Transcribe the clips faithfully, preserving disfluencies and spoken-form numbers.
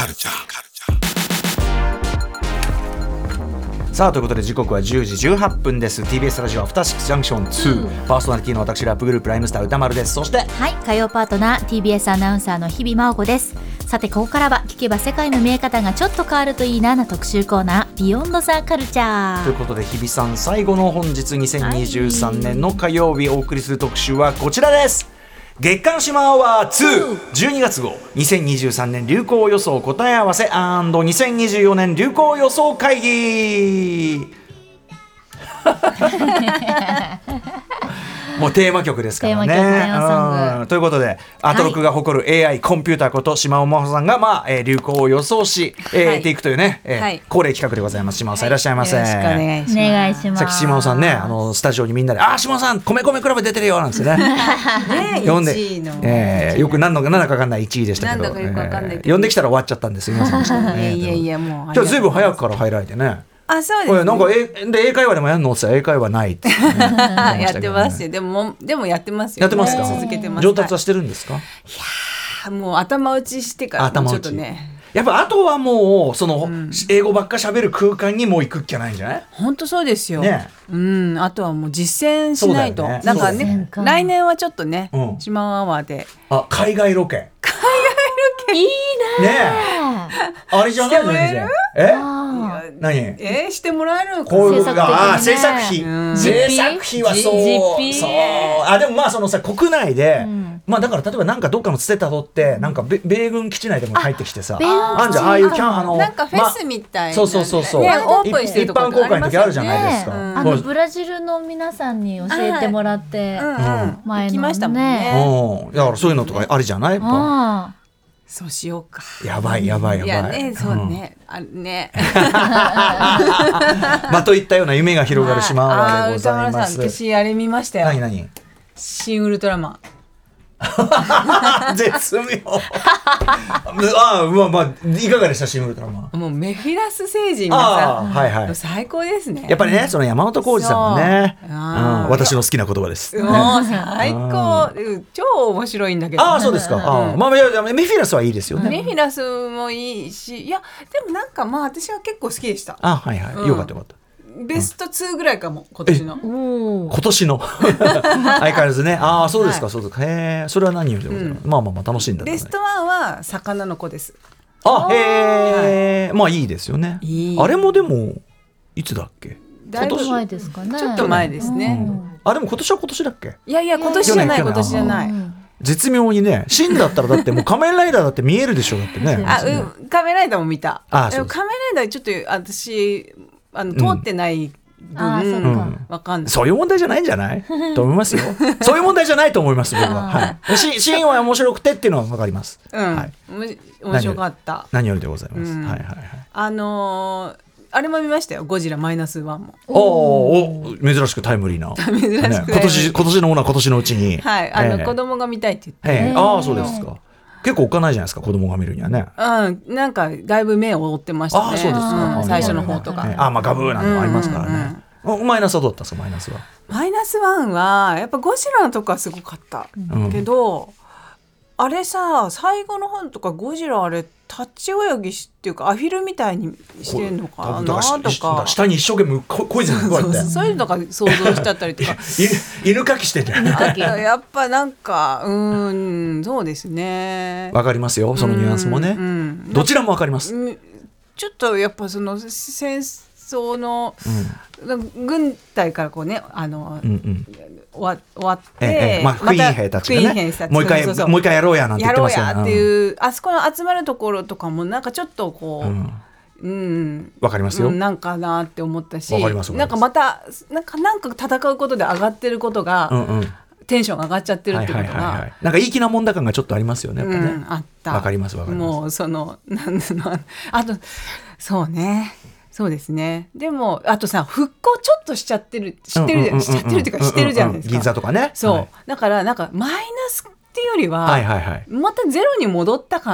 カルチャー。 さあということで時刻はじゅうじじゅうはっぷんです。 ティービーエス ラジオアフターシックスジャンクションツー、うん、パーソナリティの私ラップグループライムスター歌丸です。そしてはい火曜パートナー ティービーエス アナウンサーの日々真央子です。さてここからは聞けば世界の見え方がちょっと変わるといいなな特集コーナービヨンドザカルチャーということで日々さん最後の本日にせんにじゅうさんねんの火曜日お送りする特集はこちらです。月刊シマアワーツーじゅうにがつ号にせんにじゅうさんねん流行予想答え合わせ&にせんにじゅうよねん流行予想会議もうテーマ曲ですからね。 テーマ曲テーマソングということでアトロクが誇る エーアイ、はい、コンピューターこと島尾真帆さんが、まあえー、流行を予想し、えーはい、ていくというね、えーはい、恒例企画でございます。島尾さん、はい、いらっしゃいませ。 よろしくお願いします。 お願いします。 さっき島尾さんねあのスタジオにみんなであ島尾さん米米クラブ出てるよなんですね呼んで、 いちいのえー、よく何のか何だか分かんないいちいでしたけど、 何だかよく分かんないけど、 えー、呼んできたら終わっちゃったんです。すいませんでした、ね、 いやいやもうじゃあずいぶん早くから入られてね。 あ、そうですね。 なんかえで英会話でもやるのって言ったら英会話ないって、ね、 やってますよ。でもでもやってますよ。 やってますか。 続けてます。 上達はしてるんですか。いやもう頭打ちしてからもうちょっとね。 やっぱあとはもうその、うん、英語ばっか喋る空間にもう行くっきゃないんじゃない。 本当そうですよ、ね、うん。あとはもう実践しないと、 ね、 なんかね来年はちょっとね、 うん、 シマアワーであ海外ロケ海外ロケいいなねえあれじゃないのえ何えー、してもらえるのかこういうのが制作費、うん、制作費はそうそうあでもまあそのさ国内で、うん、まあだから例えばなんかどっかのつてたどってなんか米軍基地内でも入ってきてさ あ, あんじゃんああいうキャンあのなんかフェスみたいな、ね、 そうそうそうそう、 ね、オープンしてるとこ一般公開の時あるじゃないですか、 ねうん、あのブラジルの皆さんに教えてもらって、 うんうん、前の、ね、行きましたもんね、うん、だからそういうのとかありじゃない、 あそうしようか。 やばいやばいやばい。 いやね、そうね、うん、あね。 まといったような夢が広がる島原でございます。 私あれ見ましたよ。 何何？ 新ウルトラマン。 絶妙。ああまあまあいかがでした新ウルトラマン。 もうメフィラス星人がさ、はいはい、最高ですね。 やっぱりねその山本浩二さんもね、うん、私の好きな言葉です。 もう最高、超面白いんだけど。 ああそうですか。あ、まあメフィラスはいいですよね。 メフィラスもいいし、いやでもなんかまあ私は結構好きでした。 あはいはい、うん、よかったよかった。 ベストツーぐらいかも今年の。 今年の相変わらずね。ああそうですか、はい、そうですか。へえそれは何よりでございます、うん、まあまあまあ楽しいんだ、ね、 ベストワンは魚の子です。 あへえ、はい、まあいいですよね。いいあれもでもいつだっけ。 だいぶ前ですかね。 ちょっと前ですね、 うん、あでも今年は今年だっけ。 いやいや今年じゃない今年じゃない。 絶妙にねシンだったらだってもう仮面ライダーだって見えるでしょだってね。 あ、うん、仮面ライダーも見た。 あ仮面ライダーちょっと私あの通ってない分、うん、わかんない。 そういう問題じゃないんじゃないと思いますよ。そういう問題じゃないと思います僕は。はい。シシーンは面白くてっていうのはわかります。 うん。はい、面白かった。 何よりでございます。うん、はいはいはい。 あのー。あれも見ましたよゴジラマイナスワンも。 おお珍しくタイムリーな。 珍しく、ね、 今年今年のものは今年のうちに。 はいあの、えー、子供が見たいって言って。 えー、ああそうですか。結構おっかないじゃないですか子供が見るにはね。 うんなんかだいぶ目を覆ってましたね。 あそうですか。 最初の方とか。 あまあガブーなんてありますからね。うんうん、マイナスはどうだったんですかマイナスは。 マイナスワンはやっぱゴジラのとこはすごかった、うん、けどあれさ最後の方とかゴジラあれ立ち泳ぎしっていうかアフィルみたいにしてんのかなとか下に一生懸命こいでるこうやってそういうのが想像しちゃったりとか犬かきしてんじゃん。 やっぱなんかうんそうですねわかりますよそのニュアンスもね、うんうん、どちらもわかります。 ちょっとやっぱその戦争の、うん、軍隊からこうねあの、うんうん終わって、 ええまあ、福音兵たちがねもう一回そうそうもう一回やろうやなんて言ってますよね。 やろうやっていう、うん、あそこの集まるところとかもなんかちょっとこう、うんうん、わかりますよ、 うん、なんかなって思ったしわかりますなんかまたなんかなんか戦うことで上がってることが、うんうん、テンションが上がっちゃってるってことが、はいはいはいはい、 なんかいい気なもんだ感がちょっとありますよねやっぱね、うん、 あったわかりますわかります。 もうそのなんのあとそうねそうですね。でもあとさ復興ちょっとしちゃってる知ってる、うんうんうんうん、しちゃってるっていうかしてるじゃないですか、 銀座とかね。 そう、 はい、 だからなんかマイナスっていうよりは、 はいはいはい、 またゼロに戻った感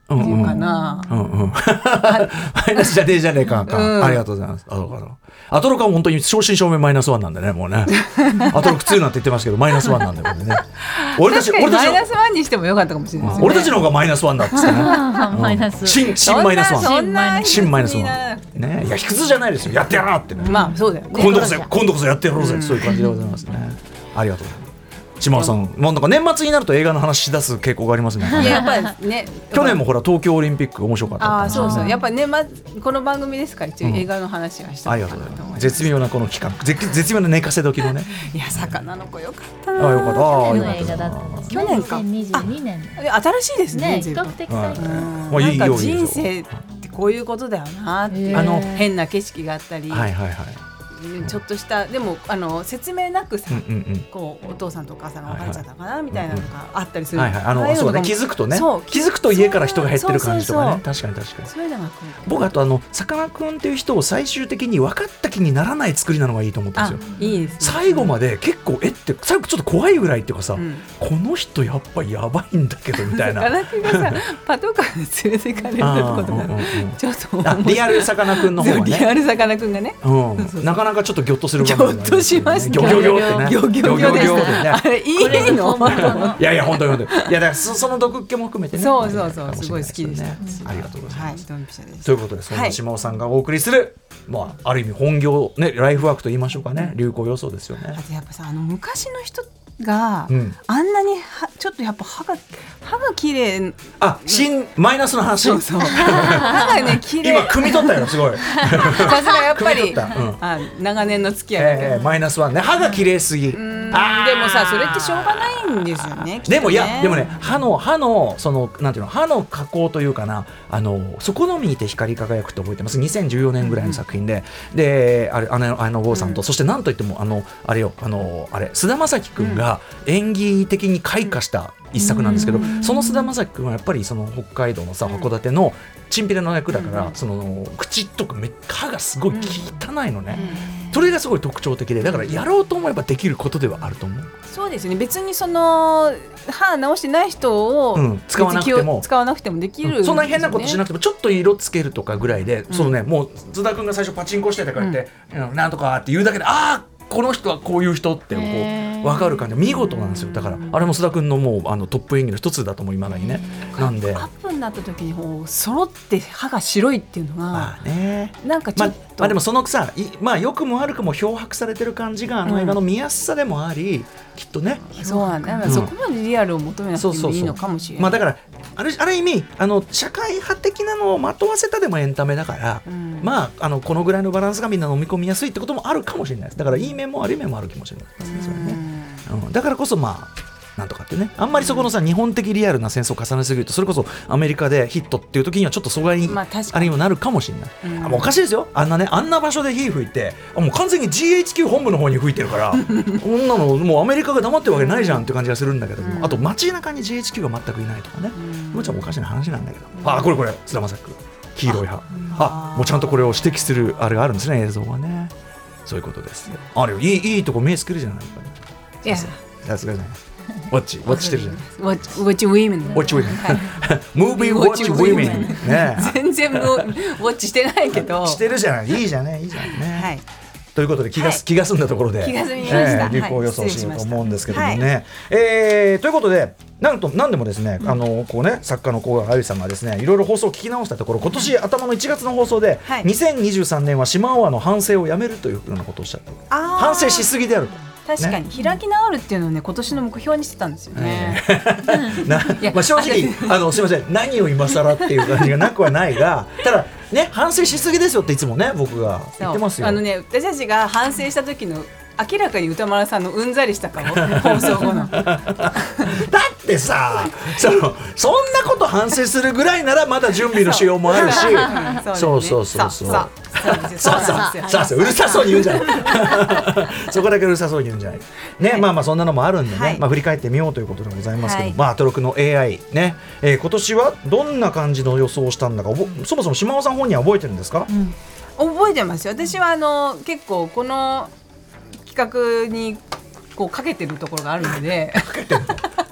いうかな、 うんうん、マイナスじゃねえじゃねえか、うん、ありがとうございます。アトロクアトロクは本当に正真正銘マイナスワンなんでね、もうねアトロクツーなんて言ってますけどマイナスワンなんだよね。俺たち俺たちマイナスワンにしてもよかったかもしれないですね。 俺たちの方がマイナスワンだっつってね、 マイナス新新マイナスワン、 そんな新マイナスワンね、いや卑屈じゃないですよ、やってやろうってね、 まあそうだよね、 今度こそ今度こそやってやろうぜ、うん、そういう感じでございますね。ありがとうございます。島尾さん、もうなんか年末になると映画の話し出す傾向がありますね。 いややっぱりね、 去年もほら東京オリンピック面白かった。 あ、そうそう、やっぱり年末この番組ですから一応映画の話はしたかったと思います。 うん、絶妙なこの企画、絶, 絶妙な寝かせ時のね。 いや魚の子よかったな。 あ、よかった。あ、 去年の映画だったんです。去年か。にせんにじゅうにねん。 新しいですね。 ね、比較的最近。 まあいいよ。 なんか人生ってこういうことだよなっていう、あの変な景色があったり。はいはいはい。ちょっとしたでもあの説明なくさ、うんうんうん、こうお父さんとお母さんが別れちゃったかな、はいはい、みたいなのがあったりする、 はいはい、あのそうね、気づくとね、気づくと家から人が減ってる感じとかね、確かに確かに。 そういうのが僕あとあのさかなクンっていう人を最終的に分かった気にならない作りなのがいいと思ったんですよ。 いいですね、 最後まで結構えって最後ちょっと怖いぐらいっていうかさ、うん、この人やっぱやばいんだけどみたいな。 さかなクンがさパトカーで連れてかれることが、うんうんうん、ちょっとリアルさかなクンの方がね、 リアルさかなクンがね、 うん、なかなかちょっとギョッとする。 ぎょっとしました。 ギョギョギョってね。 ギョギョギョですね。あれいいの？ いやいや本当に本当に。いやだからそその毒っ気も含めてね。 そうそうそう、すごい好きでした。 ありがとうございます。 ドンピシャです。 ということでそんな島尾さんがお送りする、まあある意味本業ね、ライフワークと言いましょうかね、流行予想ですよね。 あとやっぱさ、あの昔の人が、うん、あんなにはちょっとやっぱ歯が歯が綺麗。 あ、新マイナスの話。 そうそう。歯がね綺麗。 今汲み取ったよすごい。 さすがやっぱり、うん、あ長年の付き合いだけど、 えー、マイナスはね、歯が綺麗すぎ。 あでもさそれってしょうがないんですよね。 でもいやでもね、歯の歯のそのなんていうの、歯の加工というかな、あのそこのみにて光り輝くって覚えてます。にせんじゅうよねんぐらいの作品で、うん、であれあのあの郷さんと、うん、そしてなんといってもあのあれよあのあれ菅田将暉君が演技的に開花した一作なんですけど、うん、その菅田将暉君はやっぱりその北海道のさ函館のチンピラの役だから、うん、その口とかめ歯がすごい汚いのね、うん、それがすごい特徴的で、だからやろうと思えばできることではあると思う。 そうですね、別にその歯直してない人を、うん、 使わなくても使わなくてもできる、ね、うん、 そんな変なことしなくてもちょっと色つけるとかぐらいで、うん、そのね、もう津田君が最初パチンコしててこうやって、うん、なんとかって言うだけで、ああこの人はこういう人ってこう分かる感じ、見事なんですよ。だからあれも須田君のもうあのトップ演技の一つだと思う、今だにね。なんでアップになった時にこう揃って歯が白いっていうのが、まあね、なんかちょっと、まあ、まあでもそのさ、まあ良くも悪くも漂白されてる感じがあの映画の見やすさでもあり、うん、きっとね、 そうなんだ、うん、そこまでリアルを求めなくてもいいのかもしれない。 まあだからある、ある意味あの社会派的なのをまとわせたでもエンタメだから、うん、まああのこのぐらいのバランスがみんな飲み込みやすいってこともあるかもしれないです。だからいい面も悪い面もあるかもしれないですね、それね、うん、だからこそまあなんとかってね、あんまりそこのさ、うん、日本的リアルな戦争を重ねすぎると、それこそアメリカでヒットっていう時にはちょっと阻害に、まあ、ある意味なるかもしれない、うん、あもうおかしいですよ、あんなね、あんな場所で火吹いて、あもう完全に ジーエイチキュー 本部の方に吹いてるからこんなのもうアメリカが黙ってるわけないじゃんって感じがするんだけども、うん、あと街中に ジーエイチキュー が全くいないとかね、もちろんおかしな話なんだけど、うん、あこれこれ菅田将暉黄色い歯、あもうちゃんとこれを指摘するあれがあるんですね、映像はね。そういうことです。あれいい、いいとこ目つけるじゃないですか、ね、 いやさすがじゃないウォッチ、ウォッチしてるじゃない。 ウォッチ、ウォッチウィメン。 ウォッチウィメン。ムービーウォッチウィメン。ね。 全然ウォッチしてないけど。 してるじゃない。いいじゃない、いいじゃんね。はい。ということで気が、はい、気が済んだところで、 気が済みました。 えー、流行予想しようと思うんですけどもね。はい、えー、ということで。なんと何でもですね、うん、あのこうね作家の小川あゆさんがですねいろいろ放送を聞き直したところ、今年頭のいちがつの放送で、はい、にせんにじゅうさんねんは島尾の反省をやめるというようなことをおっしゃって、反省しすぎであると。 確かに、ね、開き直るっていうのをね今年の目標にしてたんですよね。 なまあ正直あのすみません、何を今更っていう感じがなくはないが、ただね反省しすぎですよっていつもね僕が言ってますよ。 あのね私たちが反省した時の明らかに歌丸さんのうんざりした顔放送後のだってさそのそんなこと反省するぐらいならまだ準備のしようもあるし、そうそうそうそうそうそうそううるさそうに言うんじゃないそこだけうるさそうに言うんじゃないね、はい、まあまあそんなのもあるんでね、はい、まあ振り返ってみようということでございますけど、はい、まあアトロクの エーアイ ね、えー、今年はどんな感じの予想をしたんだか、そもそも島尾さん本人は覚えてるんですか？ うん、覚えてますよ。私はあの結構この企画にこうかけてるところがあるので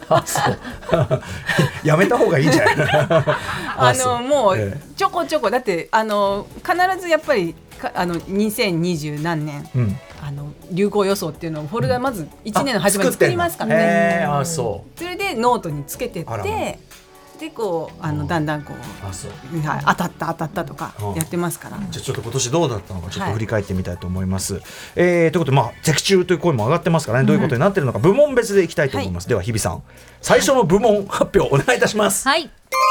あそうやめた方がいいんじゃないあのもうえちょこちょこだってあの必ずやっぱりかあのにせんにじゅう何年、 えうんあの流行予想っていうのをフォルダまずいちねんの初めに作りますからね。 へーあそうそれでノートにつけてっあらてでこうあのだんだんこうあそうはい当たった当たったとかうんやってますから。 じゃあちょっと今年どうだったのかちょっと振り返ってみたいと思います、えーということでまあ的中という声も上がってますからね、どういうことになっているのか部門別でいきたいと思います、では日比さん最初の部門発表お願いいたします、 はい。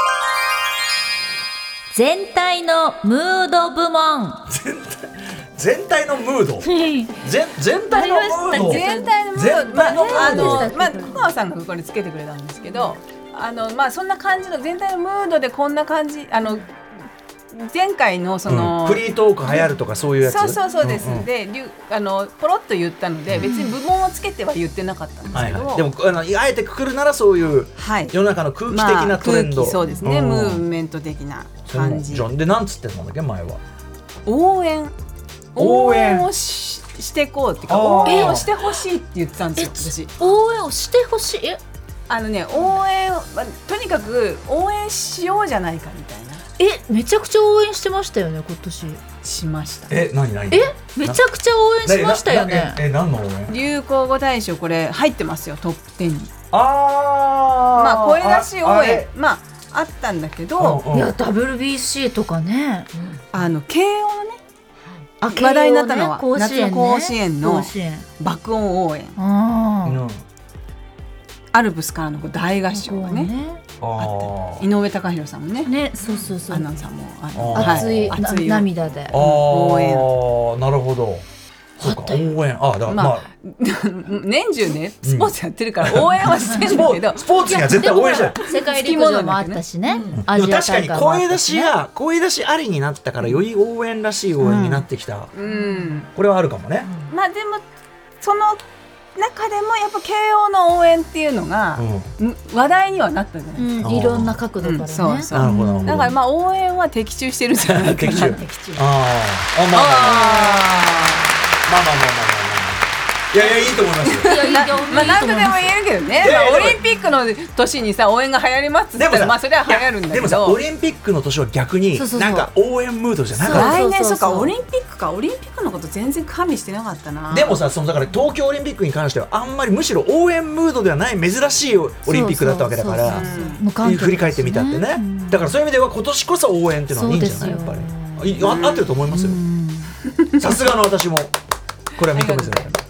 全体のムード部門。 全体のムード全全体のムード全体のムード、 全体のムードまああのまあ小川さんがここにつけてくれたんですけど、あのまあそんな感じの全体のムードでこんな感じあの前回のその、 うんフリートーク流行るとかそういうやつそうそうそうです、 んんでりゅあのポロッと言ったので別に部門をつけては言ってなかったんですけど、 はいはい、でもあのあえてくくるならそういうはい世の中の空気的なトレンド、 まあ空気そうですね、 んムーブメント的な感じじゃあでなんつってたんだっけ前は応援応援をししていこうっていうかあー応援をしてほしいって言ってたんですよ私。 応援をしてほしい。えあのね応援を、まあ、とにかく応援しようじゃないかみたいなえめちゃくちゃ応援してましたよね今年。 しました。 え何何えめちゃくちゃ応援しましたよね。 ななええ何の応援流行語大賞これ入ってますよトップじゅうに。 あーまあ声出し応援ああれまああったんだけど、 うんうんいや ダブリュービーシー とかね。 あの慶応のねあ話題になったのは慶応ね夏の甲子園の甲子園。 爆音応援あうんアルプスからの大合唱がねね。 あー井上貴博さんもねねそうそうそうア。ナウンサーもあのあー熱い、な熱いよ涙で。 あーなるほどそうかあったよ応援あだからままああ年中ねスポーツやってるから応援はしてるんだけど、 スポーツには絶対応援したい世界陸上もあったしね。アジアでも確かに大会もあ声出ったしね。 しが声出しありになったからより応援らしい応援になってきた、 うん、 これはあるかもね、 まあでもその中でもやっぱ慶応の応援っていうのが、 うんむ話題にはなったじゃないですか、 うん、いろんな角度からね。 うんそうそうなるほどなるほどだからまあ応援は的中してるんじゃないかな的中的中あーあまあまあまあまあまあまあまあまあいやいやいいと思いますよいやいいよまあいい何とでもと思います言えるけどね、 いやいやまあ、オリンピックの年にさ応援が流行りますって言ったらまあそれは流行るんだけどでもさオリンピックの年は逆にそうそうそうなんか応援ムードじゃなかっ来年そうそうそうそうかオリンピックかオリンピックのこと全然加味してなかったなたでもさそのだから東京オリンピックに関してはあんまりむしろ応援ムードではない珍しいオリンピックだったわけだからそうそうそううん無観客振り返ってみたってね、 うんだからそういう意味では今年こそ応援っていうのはいいんじゃないやっぱそうですよりあい合ってると思いますよさすがの私もこれは認めずに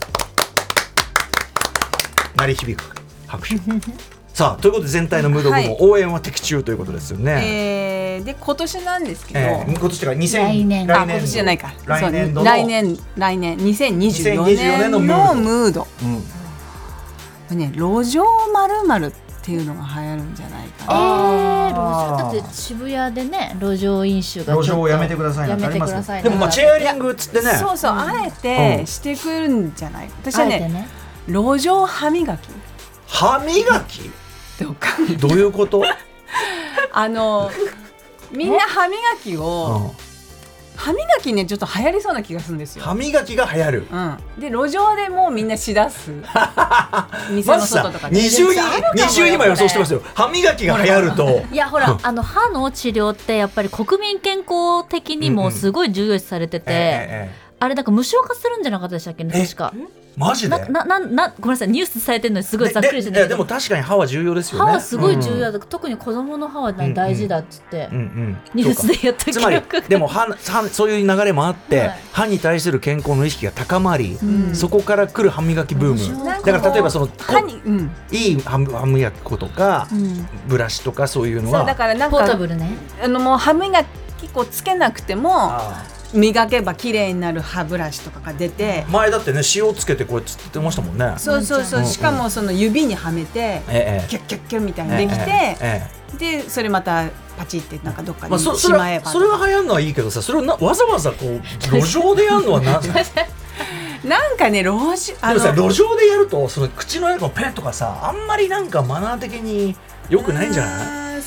鳴り響く拍手さあということで全体のムード部門、 はい応援は的中ということですよね、 えー、で今年なんですけど、 えー今年からにせん来年あ今年じゃないか来年度のそう来年来年にせんにじゅうよにせんにじゅうよねんねんののムードうんこれね路上まるまるっていうのが流行るんじゃないかえなー、 あー路上だって渋谷でね路上飲酒がちょっと路上をやめてくださいなんてありますやめてくださいでもまあチェアリングっつってねそうそう、 うんあえうんてしてくるんじゃない私はねあえてね路上歯磨き歯磨きとかどういうこと、 あのみんな歯磨きうをん歯磨きねちょっと流行りそうな気がするんですよ歯磨きが流行るうん、で路上でもうみんなしだす店のまずさ外とかで二重にあるかもよ二重に今予想してますよ歯磨きが流行るといやほらあの歯の治療ってやっぱり国民健康的にもすごい重要視されてて、 ええええあれなんか無償化するんじゃなかったでしたっけねえ確かマジでななななごめんなさいニュースされてるのにすごいざっくりしてででいやるでも確かに歯は重要ですよね歯はすごい重要うんだ、特に子供の歯は大事だっつって、 うんうんニュースでやった記つまり憶がでも歯歯そういう流れもあって、 はい歯に対する健康の意識が高まり、 うんそこから来る歯磨きブームなんだから例えばその歯に、うん、 いい歯歯磨き粉とか、 うんブラシとかそういうのそうだはからなんポータかブルねあのもう歯磨き粉つけなくてもあ磨けば綺麗になる歯ブラシとかが出てー、前だってね塩つけてこうやってつってましたもんねそうそうそう、 うんしかもその指にはめて、 ええキュッキュッキュッみたいにできて、 えええでそれまたパチってなんかどっかえまあ、 にそそれしまえば、 はそれが流行るのはいいけどさそれをなわざわざこう路上でやるのはなでなんかね路上あもさの路上でやるとその口の中のペンとかさあんまりなんかマナー的に良くないんじゃないあー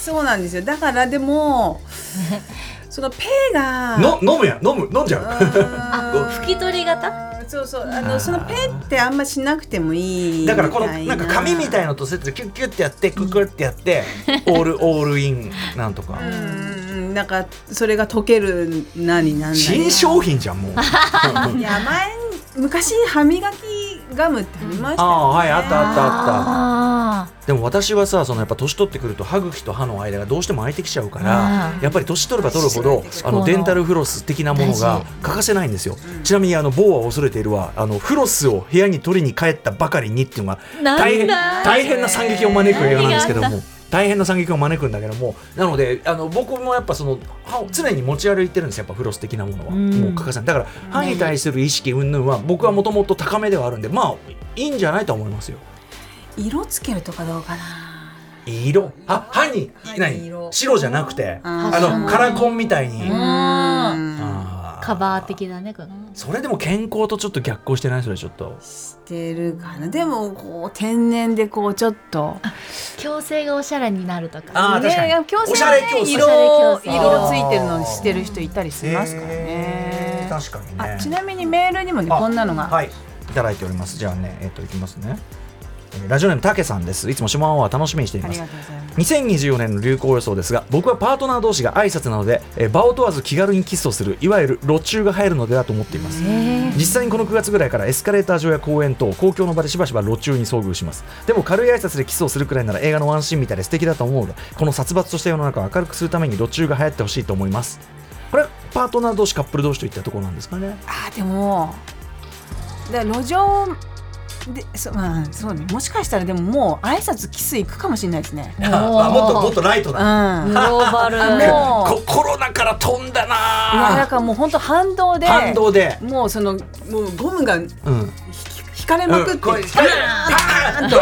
そうなんですよ。だからでもそのペイがの飲むやん飲む飲んじゃうあ拭き取り型そうそうあのそのペイってあんましなくてもいいだからこのなんか紙みたいのとセットでキュッキュッってやってククッってやってオールオールインなんとかうんなんかそれが溶ける何なんだ新商品じゃんもういや前昔歯磨きガムってありましたよね。 ああはいあったあったああったでも私はさそのやっぱ年取ってくると歯茎と歯の間がどうしても空いてきちゃうからあーやっぱり年取れば取るほどあのこのデンタルフロス的なものが欠かせないんですよ。ちなみにあの某は恐れているはあのフロスを部屋に取りに帰ったばかりにっていうのがなんだ大変大変な惨劇を招く映画なんですけども何が大変な惨劇を招くんだけどもなのであの僕もやっぱその歯を常に持ち歩いてるんですよ。やっぱフロス的なものはうんもう欠かせない。だから歯に対する意識云々は僕はもともと高めではあるんでまあいいんじゃないと思いますよ。 色つけるとかどうかな。 色あ歯に歯に何色白じゃなくてああのカラコンみたいに、 うんあーカバー的だねこのそれでも健康とちょっと逆行してないそれちょっとしてるかな。でもこう天然でこうちょっと矯正がおしゃれになるとかあー確かにね矯正おしゃれ矯正色おしゃれ矯正色ついてるのにしてる人いたりしますからえね。 ー確かにねあちなみにメールにもねあこんなのが、 はいいただいております。じゃあねえっ、といきますね。えーラジオネームたけさんです。いつもシマワは楽しみにしています。 ありがとうございます。 にせんにじゅうよねんの流行予想ですが僕はパートナー同士が挨拶なので、えー場を問わず気軽にキスをするいわゆる路中が入るのではと思っています。実際にこのくがつぐらいからエスカレーター上や公園等公共の場でしばしば路中に遭遇します。でも軽い挨拶でキスをするくらいなら映画のワンシーンみたいで素敵だと思うのでこの殺伐とした世の中を明るくするために路中が流行ってほしいと思います。これはパートナー同士カップル同士といったところなんですかね。 あでもだから路上でそ、まあ、そうねもしかしたらでももう挨拶キス行くかもしれないですね。 おーあもっともっとライトうんだ。 グローバルもうこコロナから飛んだいやだなからもう本当反動で反動で、 もうそのもうゴムが引うん、 かれまくって、 これパーンと、うんもう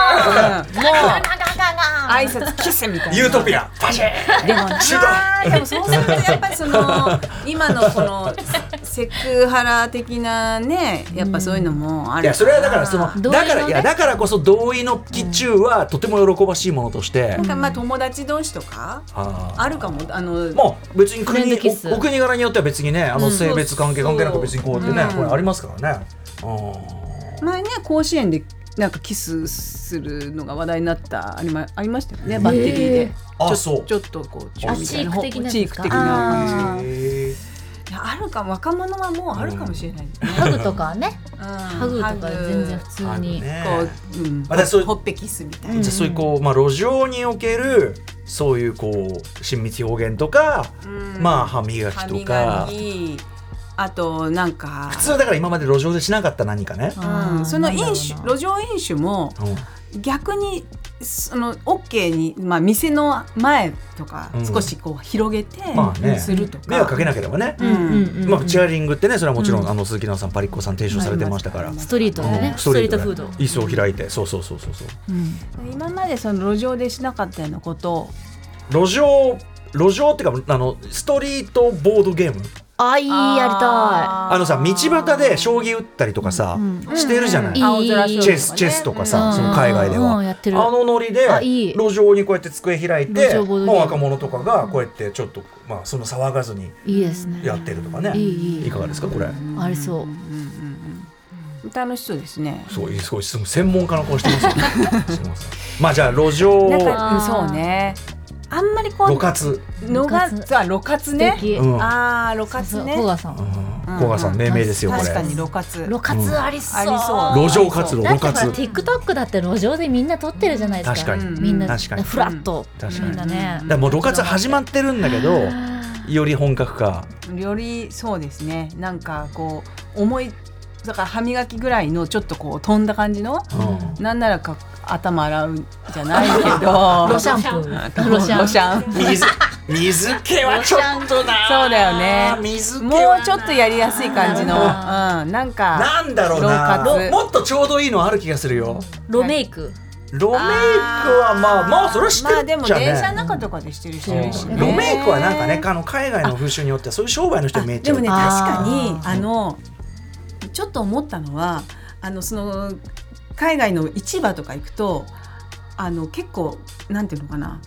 挨拶キスみたいな。 ユートピアパシーでもなあでもそうするとやっぱりその今のこのセクハラ的なねやっぱそういうのもあるいやそれはだからその同意のねだからいやだからこそ同意の基中はとても喜ばしいものとして、 なんかまあ友達同士とかあーあるかもあのもう別にフレン国ドキスおお国柄によっては別にねあのうん性別関係関係なく別にこうやってね、 うんこれありますからね。うん前ね甲子園でなんかキスするのが話題になったありまありましたよねバッテリーで。ちょあそうちょっとこうチューみたいなあチーク的なやつチーク的な感じあーへーいやあるかも若者はもうあるかもしれないですね。 ハグとかねハハグとか全然普通にねこう、うん、 あだそういうほっぺキスみたいな。 じゃあそういうこう、まあ、路上におけるそういうこう親密表現とか、 うんまあ歯磨きとか歯磨きあとなんか普通はだから今まで路上でしなかった何かね、 うん、 あーその飲なんだろう酒な路上飲酒もうん逆にその OK に、まあ、店の前とかうん少しこう広げてまあねするとか、 迷惑かけなければね、 うんうんうんまあ、チアリングってねそれはもちろん、 うんあの鈴木奈々さんパリッコさん提唱されてましたから、 ありますストリートでねうんストリートフード椅子を開いてそうそうそうそうそう今までその路上でしなかったようなことを路上路上っていうかあのストリートボードゲームあいいやりたあのさ道端で将棋打ったりとかさ、してるじゃない、 いい青空将棋とかねチェスチェスとかさ、 うんその海外では、 うんやってるあのノリであいい路上にこうやって机開い路て上ボードゲームもう若者とかがこうやってちょっと、まあ、その騒がずにいいですねやってるとかね、 いいいいかがですかこれ、 ありそう楽しそうですね。 そういいすごい専門家の顔してますよねすいませんまあじゃあ路上なんか、うんあーそうねあんまりこう路活、 のが路活あ路活ね素敵うんああ路活ね古賀さんうん古賀さん命名ですよこれ確かに路活路活ありそうありそう路上活路だってほら路活 TikTok だって路上でみんな撮ってるじゃないですか確かにみんな確かにフラット確かにみんなねだからもう路活始まってるんだけどより本格化よりそうですねなんかこう重いだから歯磨きぐらいのちょっとこう飛んだ感じの、 うんなんならか頭洗うじゃないけどロシャンプーロシャンロシャン水水気はちょっとなそうだよね水気もはうちょっとやりやすい感じの、うん、なんかなんだろうなロ活もっとちょうどいいのある気がするよロメイクロメイクはまあまあそれは知ってまあでもるじゃ電車のね中とかでしてる人いるしねロメイクはなんかねあの海外の風習によってはそういう商売の人に見えちゃうでもね確あーかにあのちょっと思ったのはあのその海外の市場とか行くとあの結構なんていうのかな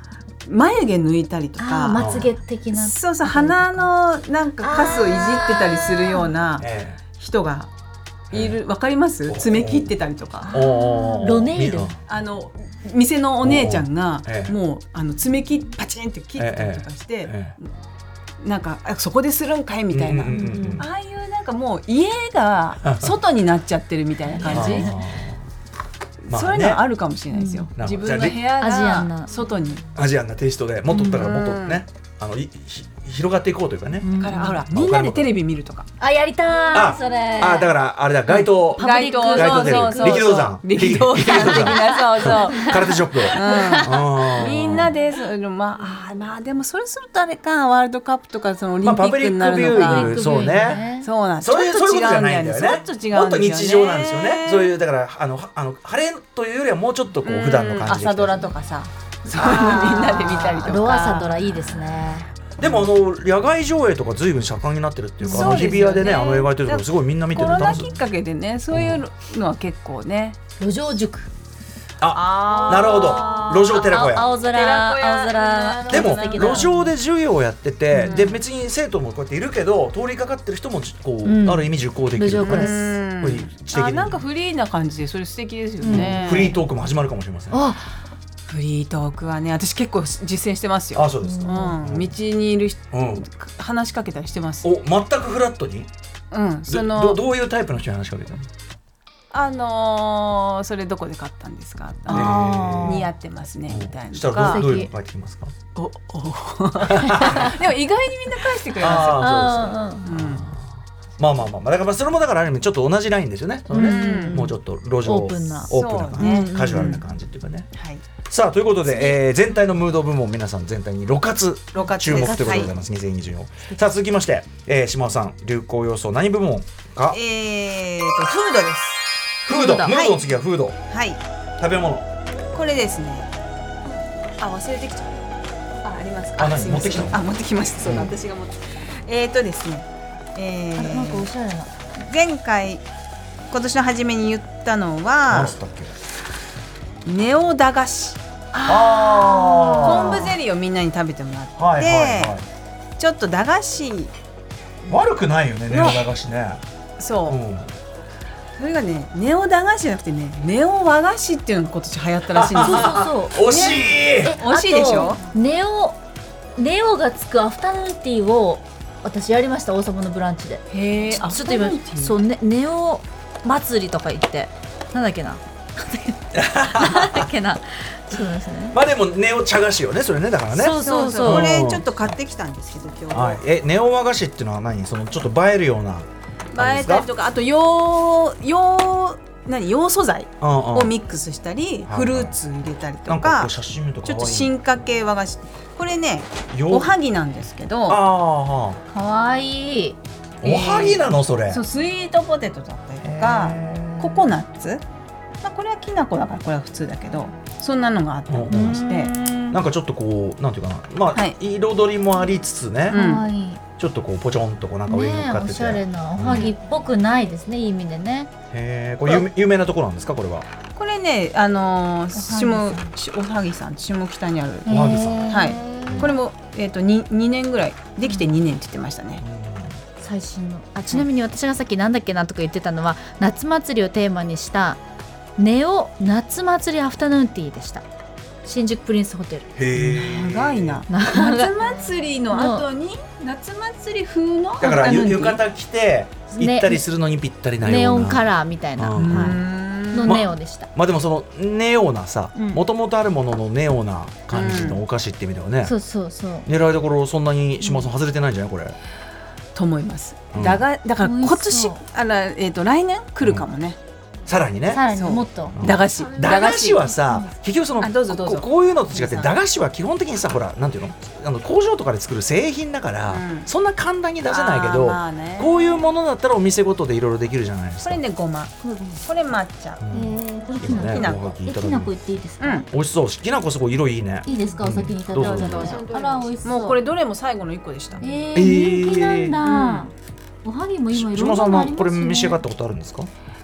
眉毛抜いたりとあーか、 まつげ的な。 そうそう鼻のなんかカスをいじってたりするようなえ人がいる。わかります？爪切ってたりとかえ、おーロネイルみあの店のお姉ちゃんがええもうあの爪切っパチンって切ってたりとかして、 ええなんかあそこでするんかいみたいな、 うんうんうんうんああいうなんかもう家が外になっちゃってるみたいな感じ、 あーまあねそういうのはあるかもしれないですよ、 うん自分の部屋アジアンなが外にアジアンなテイストでもっとだからもっとね、あのいひ広がっていこうというかね、 うんだからほらみんなでテレビ見るとかあ、やりたあいそれ。 あだからあれだ街頭パブリック街頭街頭テレビそうそうそう力道山力道山的なそうそう空手ショップ、あーみんなでそういうのまああーまあでもそれするとあれかワールドカップとかそのオリンピまあパブリックになックビュるのか、 ーイングそうねそうなんそういうちょっと違そういうことじゃうんだよねないんだよね。 ちょっと違うんですよねもっと日常なんですよね。そういうだからあのあの晴れというよりはもうちょっとこう普段の感じで。 朝ドラとかさそういうのみんなで見たりとかロアサドラいいですね。 でもあの野外上映とか随分盛んになってるっていうか、あの日そうですよね比谷でねあの描いてるとこすごいみんな見てコる楽しいロナきっ。かけでねそういうのは結構ね、 路上塾。 あ、なるほど。路上寺子屋。 あ青空寺子屋青空。 でも素敵な路上で授業をやってて、 うんで別に生徒もこうやっているけど通りかかってる人もこう、 うんある意味受講できる路上クラスうんこれ知的にあなんかフリーな感じでそれ素敵ですよね、 フリートークも始まるかもしれません。あ、 あ、 フリートークはね私結構実践してますよ。 そうですうか。 ん、道にいる人、 うん話しかけたりしてます。 お全くフラットに。 うん、そどのどどういうタイプの人に話しかけたの？ あのー、それどこで買ったんですか。 あー似合ってますねみたいなしたとからどうどういうの返ってきますか？ おおでも意外にみんな返してくれますよ。 あーそうですか。 うんまあまあまあまあだからまあそれもだからある意味ちょっと同じラインですよね。そのねうんもうちょっと路上オープンなオープンな感じ、 そうねカジュアルな感じっていうかね。 はい。 さあということで、えー、全体のムード部門皆さん全体にろ過ろ過注目ということでございます、にせんにじゅうよん。さあ続きまして、えー、島尾さん流行予想何部門か？ えーとフードです。 フードフードムードの次はフード、 はい。 食べ物。 これですね。あ忘れてきちゃう。ああります。 あ何すいません持ってきたのあ持ってきました。そう、 うん私が持って。えーとですね。えーなんかおしゃれな。 前回今年の初めに言ったの何はつったっけ？ ネオ駄菓子あ昆布ゼリーをみんなに食べてもらって、 はいはいはい。 ちょっと駄菓子悪くないよねネオ駄菓子ね。 そう、 うん。 それがねネオ駄菓子じゃなくてねネオ和菓子っていうのが今年流行ったらしいんですそうよそうそう。 惜しい。 惜しいでしょあとネオネオがつくアフタヌーンティーを私やりました。王様のブランチで。 へえちょっと今そうねネオ祭りとか言ってなんだっけななんだっけなちょっと待ってくださいね。 まあでもネオ茶菓子よねそれねだからね。 そうそうそうこれちょっと買ってきたんですけど今日、 はい。えネオ和菓子っていうのは何？そのちょっと映えるような。 映えたりとかあと洋洋何洋素材うんうんをミックスしたり、 はいフルーツ入れたりとなんかこかう写真見ると可ちょっと愛い。 進化系和菓子これねよおはぎなんですけどああ、 かわいい。 おはぎなのそれ。 そうスイートポテトだったりとかココナッツ、まあ、これはきな粉だからこれは普通だけどそんなのがあったりとかしてなんかちょっとこうなんていうかな、まあ、 はい彩りもありつつね、 うんかわいい。 ちょっとこうポチョンとこうなんか上に乗っねえかってて、 おしゃれなおはぎっぽくないですね、いい意味でね。 へえ、これ有名有名なところなんですかこれは？ これねあのー、 お下おはぎさん下北にあるおはぎさんへえはいこれも、えー、と 2, 2年ぐらいできてにねんって言ってましたね。 最新のあちなみに私がさっきなんだっけなとか言ってたのは夏祭りをテーマにしたネオ夏祭りアフタヌーンティーでした。新宿プリンスホテル。 へえ。 長いな長い夏祭りの後に夏祭り風のだからアフタヌーンティー浴衣着て行ったりするのにぴったりなような。 ネオンカラーみたいな、 うんはい、 うーんのネオでした。 まあでもそのネオなさ、 うんもともとあるもののネオな感じのお菓子って意味ではね、 そうそうそう。 狙いどころそんなに島さん外れてないんじゃないこれ？ と思います、 うんだがだから今美味し年そうあら、えー、と来年来るかもね、 さらにね。 さらにそうもっとうん駄菓子駄菓子はさ、結局そのあどうぞどうぞここういうのと違って駄菓子は基本的にさほらなんていうのあの工場とかで作る製品だから、 うんそんな簡単に出せないけど、 あーまあねこういうものだったらお店ごとでいろいろできるじゃないですか。 これねごまこれ抹茶うんえー、これき今ねなこおはぎいえただくきなこ言っていいですか、 うん美味しそうきなこすごい色いいね。 いいですか、お先にいただいて。 どうぞどうぞあら美味しそう。 もうこれどれも最後のいっこでした、 えー、 えー人気なんだ、おはぎも今いろん島さんなのありますね。 はこれ召し上がったことあるんですか？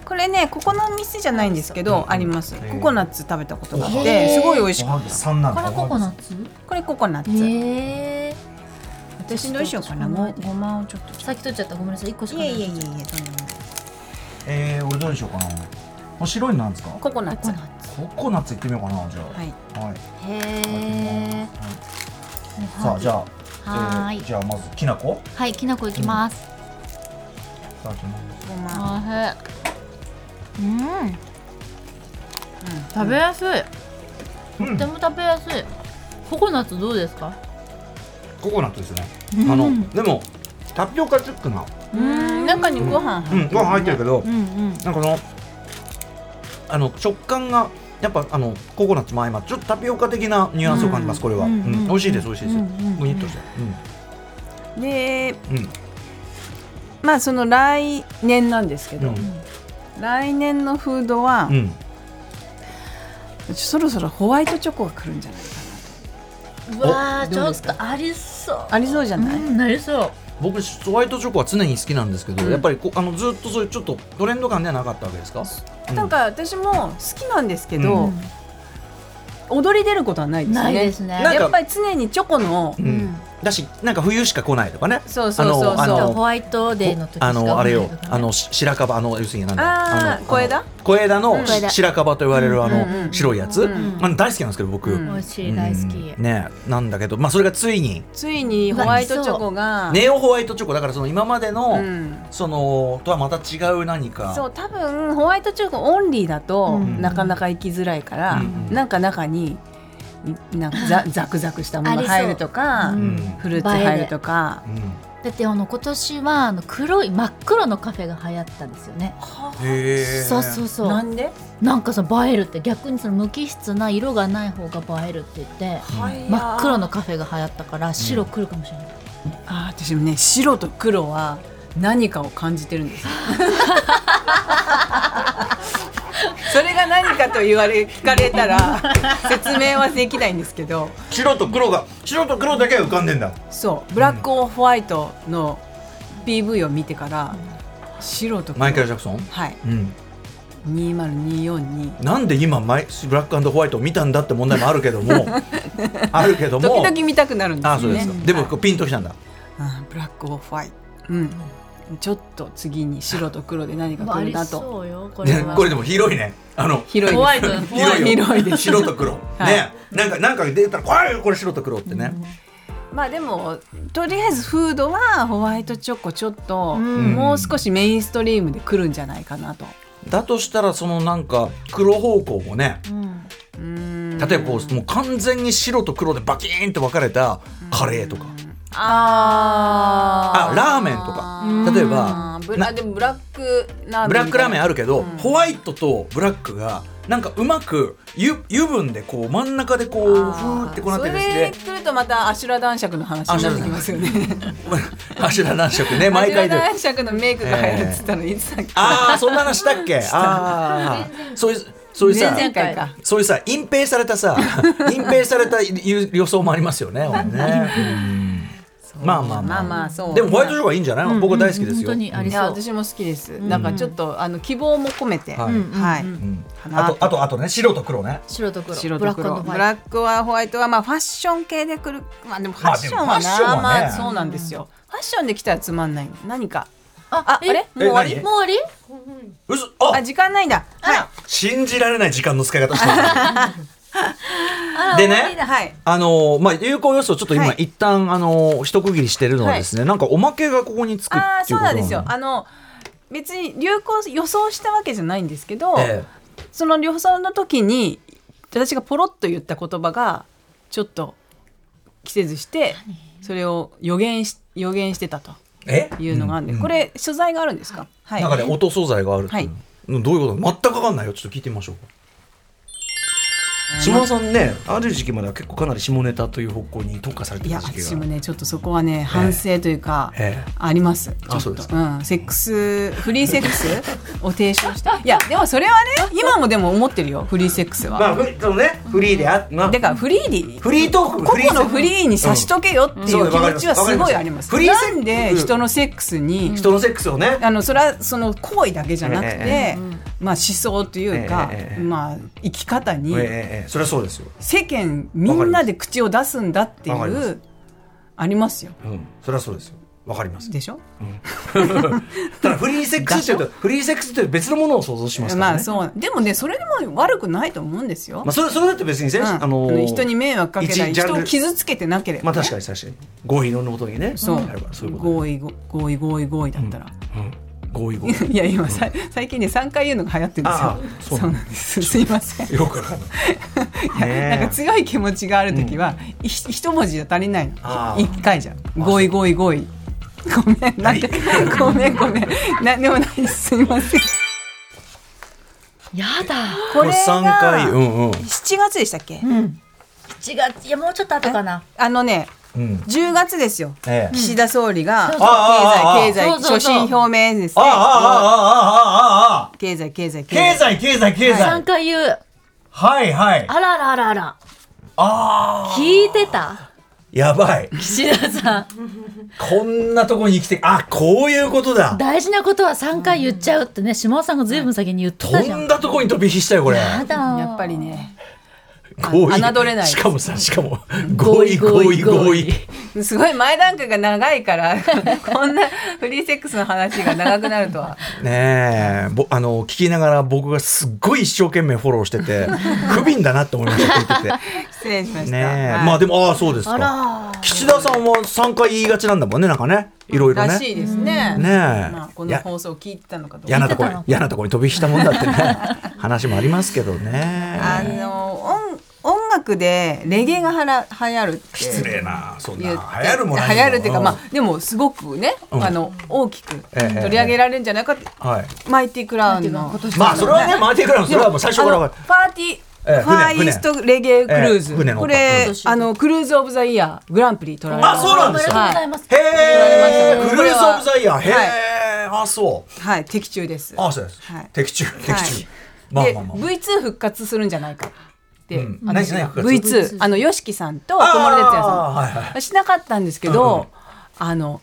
これねここの店じゃないんですけど、あります。 へーココナッツ食べたことがあっへーてすごい美味しかった。 三なんだこれココナッツこれココナッツ。 へえ私どうしようかな。ごごまをちょっと。 さっき取っちゃったごめんなさいいっこしかないいえいえいえいえ、とんでもない。 えー、俺どうにしようかな。これ白いのなんですか？ ココナッツ。はココナッツココナッツいってみようかなじゃあ。 い。 はい。 へえさあじゃあ、 はーいえーじゃあまずきなこ。 はいきなこいきますいただきます。 ごま。 おいしいうんうん食べやすいうんとても食べやすいココナッツどうですか？ ココナッツですね。 うんあのでもタピオカチックな、 うん中にご飯うん、ご飯入ってるけど、 うんうんなんかこのあの食感がやっぱあのココナッツも相まってちょっとタピオカ的なニュアンスを感じます、これは、 ううんんうん美味しいです美味しいです、 うんうんグニッとして、 で、 うんうんまあその来年なんですけど、 うん来年のフードは、 うんそろそろホワイトチョコが来るんじゃないかうわーちょどうですかっとありそうな。ありそうじゃない？ うんなりそう僕ホワイトチョコは常に好きなんですけど、 うんやっぱりこあのずっとそういうちょっとトレンド感ではなかったわけですか？うんなんか私も好きなんですけど、 うん踊り出ることはないですね。 ないですねなんかやっぱり常にチョコの、 うんうんだしなんか冬しか来ないとかね。 そうそうそうそう。 あのホワイトデーの時しかあのあれよ来ないとかねあのし白樺あの要するになんだあー小枝あの小枝のうん小枝白樺と言われるあうんうんうんの白いやつ、 うんあの大好きなんですけど僕、 うん美味しい大好きうんねなんだけどまあそれがついについにホワイトチョコが、 ネオホワイトチョコだからその今までの、 うんそのとはまた違う何かそう多分ホワイトチョコオンリーだと、 うんなかなか行きづらいから、 うんなんか中になんかザザクザクしたものが入るとか、 ありそううんフルーツ入るとか、 うんだってあの今年はあの黒い真っ黒のカフェが流行ったんですよねへーそうそうそうなんで、 なんかさ映えるって逆にその無機質な色がない方が映えるって言って真っ黒のカフェが流行ったから白来るかもしれない、 あー私もね白と黒は何かを感じてるんですよそれが何かと言われ聞かれたら説明はできないんですけど、 白と黒が白と黒だけは浮かんでんだ。 そうブラックオフホワイトの ピーブイ を見てから、白と黒マイケル・ジャクソン、 はいうん、 にせんにじゅうよんになんで今マイブラック&ホワイトを見たんだって問題もあるけどもあるけども時々見たくなるんですよね。 あそうですか、でもこうピンときたんだ。 うんブラックオフホワイト、うん、ちょっと次に白と黒で何か来ありるなと。 そうよこれはでこれでも広いね。あの広いですホワイト広いよ広いです白と黒、 はいねなんかなんか出たらこれこれ白と黒ってね、 まあでもとりあえずフードはホワイトチョコちょっと、 んもう少しメインストリームで来るんじゃないかなと。 だとしたらそのなんか黒方向もね、 うんうん例えばこうもう完全に白と黒でバキーンと分かれたカレーとか、 ああラーメンとか例えばブラでもブラックラーメンブラックラーメンあるけど、 うんホワイトとブラックがなんかうまく油油分でこう真ん中でこうふーってこうなってるんそれです来るとまたアシュラ男爵の話になってきますよね。 アシュラ男爵ねアシュラ毎回で男爵のメイクが入るっつったのいつだっけ、 ああそんな話したっけああそういうそういうさ前々回か。 そういうさ隠蔽されたさ隠蔽された予想もありますよねこれね、うんまあまあまあ、 まあまあそうでもホワイトチョコはいいんじゃない、僕は大好きですよ、 本当にありいそうや私も好きです。だからちょっとあの希望も込めて、 ははいい、 うんかなあとあとあとね白と黒ね白と黒白ブラックと黒、ブホワイラックはホワイトはまあファッション系で来る。まあでもファッションはまあでもファッションはな、 ねまあそうなんですよ。ファッションで来たらつまんないの。何か。 トあ、あえれ？もう終わり？ え何もう終わ嘘ああ、時間ないんだ。はい。 信じられない時間の使い方してるりあらでね終わりだはい。 あのまあ有効予想ちょっと今、 はい一旦あの一区切りしてるのはですね、なんかおまけがここにつくああ、 っていうことそうなんですよ。あの別に流行予想したわけじゃないんですけど、 えその予想の時に私がポロッと言った言葉がちょっと季節してそれを予言し予言してたとええいうのがあるんで、 うんこれ所在があるんですか？はい。 なんかね音素材があるっていうはいうんどういうこと全く分かんないよちょっと聞いてみましょうか島尾さんね、ある時期までは結構かなり下ネタという方向に特化されていやた時期が。 私もねちょっとそこはね反省というか、 ええありますちょっとあそうですかうん、セックスフリーセックスを提唱していやでもそれはね今もでも思ってるよフリーセックスは、 まあフリそのねフリーであ、まあ、 だからフリーでフリートーク個々のフリーにさしとけよっていう気持ちはすごいあります。 フリーセなんで人のセックスに、 人のセックスをね、 あのそれはその行為だけじゃなくて、 えまあ思想というか、 ええまあ生き方にええええそれはそうですよ、 世間みんなで口を出すんだっていわかりますうありますよ。 うん、それはそうですよ、わかります。 でしょ？ ただフリーセックスっていうとフリーセックスって別のものを想像しますからね。 まあそう。でもねそれでも悪くないと思うんですよ。 まあ、それそれだって別にね、 うんあのー人に迷惑かけない、 一ジャンル人を傷つけてなければ、ね。 まあ確かに確かに合意のもとにね、 そうやればそういうこと合意合意合意合意だったら。 うん合意合意いや今さ最近ねさんかい言うのが流行ってるんですよ。 ああそうそうなんです。すいません。 よくわかんないいやねえなんか強い気持ちがあるときは、い一文字じゃ足りないのああ。 一回じゃん。合意合意合意。ごめんなんてごめんごめんなんでもないですすいません。 やだ。 これさんかい、うがんうんしちがつでしたっけ？ うん。しちがついやもうちょっと後かな。 あのねうんじゅうがつですよ。 ええ岸田総理が経そうそう済経済そうそうそう所信表明演説でああああああああ経済経済経済経済経済三回言う。 はいはいあららあらあら。 ああ聞いてた？ やばい岸田さん。 こんなとこに来てあこういうことだ大事なことはさんかい言っちゃうってね、島尾さんがずいぶん先に言ってたじゃん。 とんだとこに飛び火したよこれやだ。 やっぱりね合意侮れないしかもさしかも合意合意合意すごい前段階が長いからこんなフリーセックスの話が長くなるとは。 ねえぼあの聞きながら僕がすっごい一生懸命フォローしてて不憫だなって思いました聞いてて失礼しました。 ねえ、 はいまあでもああそうですあから岸田さんはさんかい言いがちなんだもんねなんかねいろいろねらしいですね。 ねえ、 まあ、このや放送を聞いてたのかどうか。 嫌なとこ聞いてたの嫌なとこに飛び火したもんだってね話もありますけどねあの音音楽でレゲエがはら流行るって失礼なそんな流言って行るもない流行るっていうか、まああでもすごくね、 うんあの大きくええ取り上げられるんじゃないかって、 はいマイティクラウンの今年まあそれはねマーティークラウンそれはもう最初からあの分かるパーティー、 ええファーイーストレゲエクルーズ、 ええ船乗ったこれ、 うんあのクルーズオブザイヤーグランプリ取られました。 あそうなんですよおめでとうございます。 へえはいクルーズオブザイヤーへはいえあそうはい、的中です。 あそうですはい的中的中はいまあでまあまあブイツー 復活するんじゃないかって、 うん私が何何復活ブイツー あの ヨシキさんと小室哲哉さん、 あーはいはいしなかったんですけど、 うんうんあの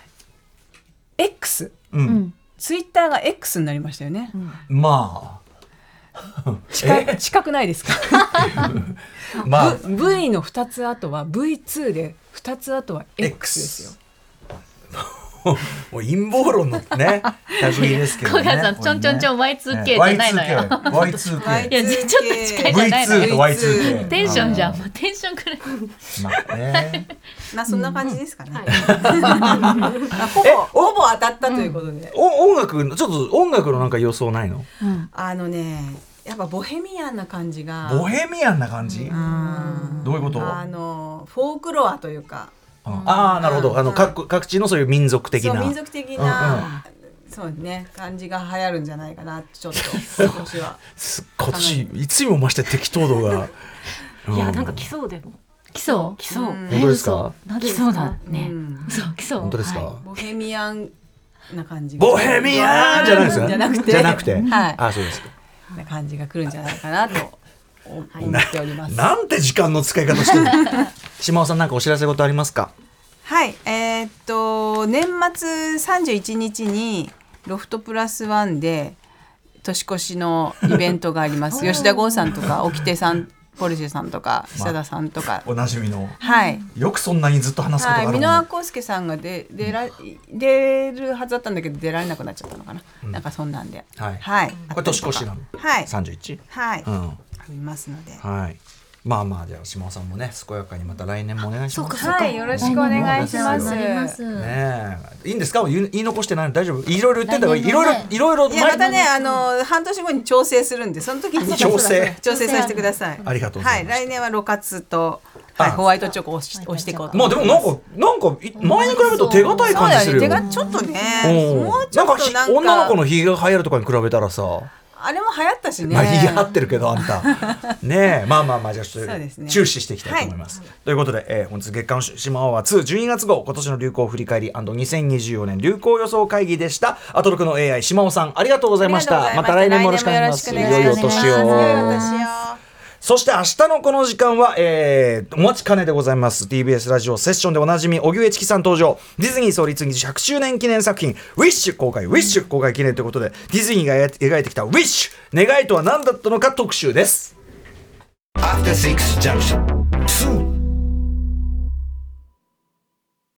X ううんん。 ツイッターが X になりましたよね。 ま近近くないですか？ あまあ V, V のふたつ後は ブイツー でふたつ後は X ですよ。 もう陰謀論のね類ですけどね小川さんちょんちょんちょん ワイツーケー じゃないのよ。 ワイツーケーいやちょっと近いじゃないのブイツーよ。 と ワイツーケーテンションじゃん。もうテンションくらい。 まあねまあそんな感じですかね。あほぼほぼ当たったということで、 お音楽ちょっと音楽のなんか予想ないのあのねやっぱボヘミアンな感じが、 ボヘミアンな感じうんどういうことあのフォークロアというか。 ああなるほどあの各各地のそういう民族的なそう民族的な、そうね感じが流行るんじゃないかなちょっと今年は。 す今年いつにも増して適当度がいやなんか来そうでも来そう。 来そう、 うん本当ですかなんで来そうだうね、 んそう来そう。 本当ですか、 はいボヘミアンな感じがボヘミアンじゃないですよじゃなくてじゃなくてはいあそうですかな感じが来るんじゃないかなと思っております。 なんて時間の使い方してる島尾さんなんかお知らせ事ありますかはいえーっと年末さんじゅういちにちにロフトプラスワンで年越しのイベントがあります吉田剛さんとか沖手さんポルシェさんとか久田さんとか、 おなじみのはいよくそんなにずっと話すことはい、 があるもん箕輪康介さんが出出ら出るはずだったんだけど出られなくなっちゃったのかな、 うんなんかそんなんで、 はいはい、 これ年越しなのはい、 さんじゅういちはい、 うんありますので、 はいまあまあじゃあ島尾さんもね健やかにまた来年もお願いしますはい、よろしくお願いします。 来年もお願いしますねえいいんですか言い言い残してないの大丈夫いろいろ言ってんだからい来年ろいろもねいろいろいやまたねあの半年後に調整するんでその時に調整調整させてください。 ありがとうございますはい、来年はろ過と、はい、 あホワイトチョコを押し押していこうとまあで思います。 もなんかなんかい前に比べると手堅い感じするよそうだよね手がちょっとねうんもうちょっとなんかなんかひ女の子のひげが流行るとかに比べたらさあれも流行ったしね。 まあ言い張ってるけどあんたねえまあまあまあじゃあちょっとそうですね注視していきたいと思います、はい、ということで、えー、本日月刊シマアワーツーじゅうにがつ号今年の流行振り返り&にせんにじゅうよねん流行予想会議でした。アトロクの エーアイ シマオさんありがとうございました。また来年もよろしくお願いします。良いお年を。そして明日のこの時間は、えー、お待ちかねでございます ティービーエス ラジオセッションでおなじみ荻上チキさん登場。ディズニー創立ひゃくしゅうねん記念作品ウィッシュ公開ウィッシュ公開記念ということでディズニーが描いてきたウィッシュ願いとは何だったのか特集です。 アフターシックスジャンクション